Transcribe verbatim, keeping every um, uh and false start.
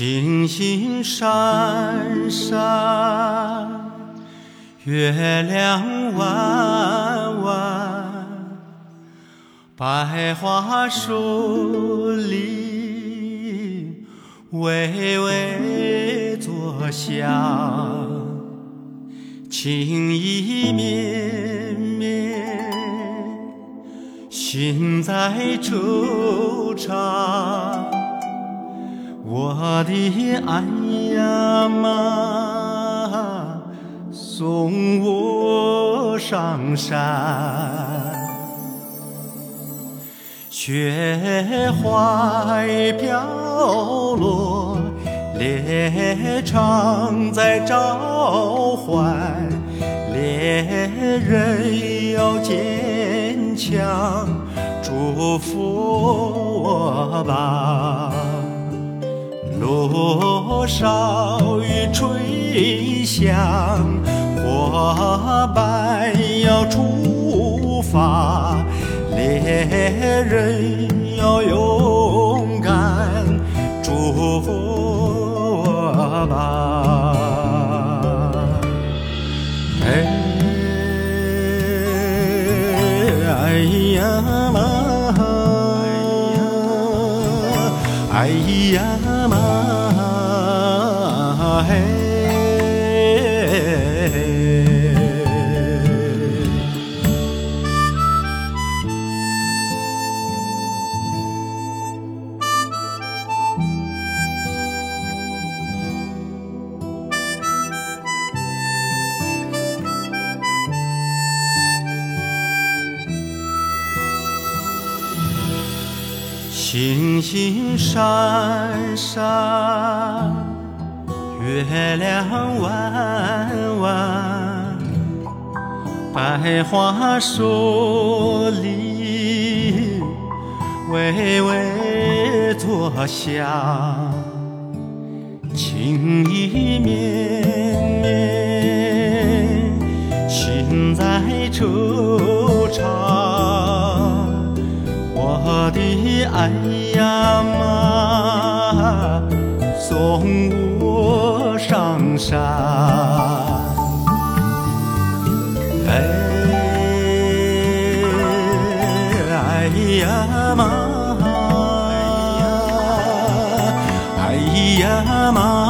星星闪闪，月亮弯弯，百花树里微微作响，情意绵绵，心在惆怅。我的爱呀妈，送我上山，雪花飘落，猎场在召唤，猎人要坚强，祝福我吧。落梢雨吹响，花瓣要出发，猎人要勇敢，祝福我吧。哎，哎呀妈，哎呀妈，嘿。星星闪闪，月亮弯弯，百花树里微微作响，情意绵绵，心在惆怅。我的爱呀妈，送我上山。哎，哎呀妈，哎呀妈。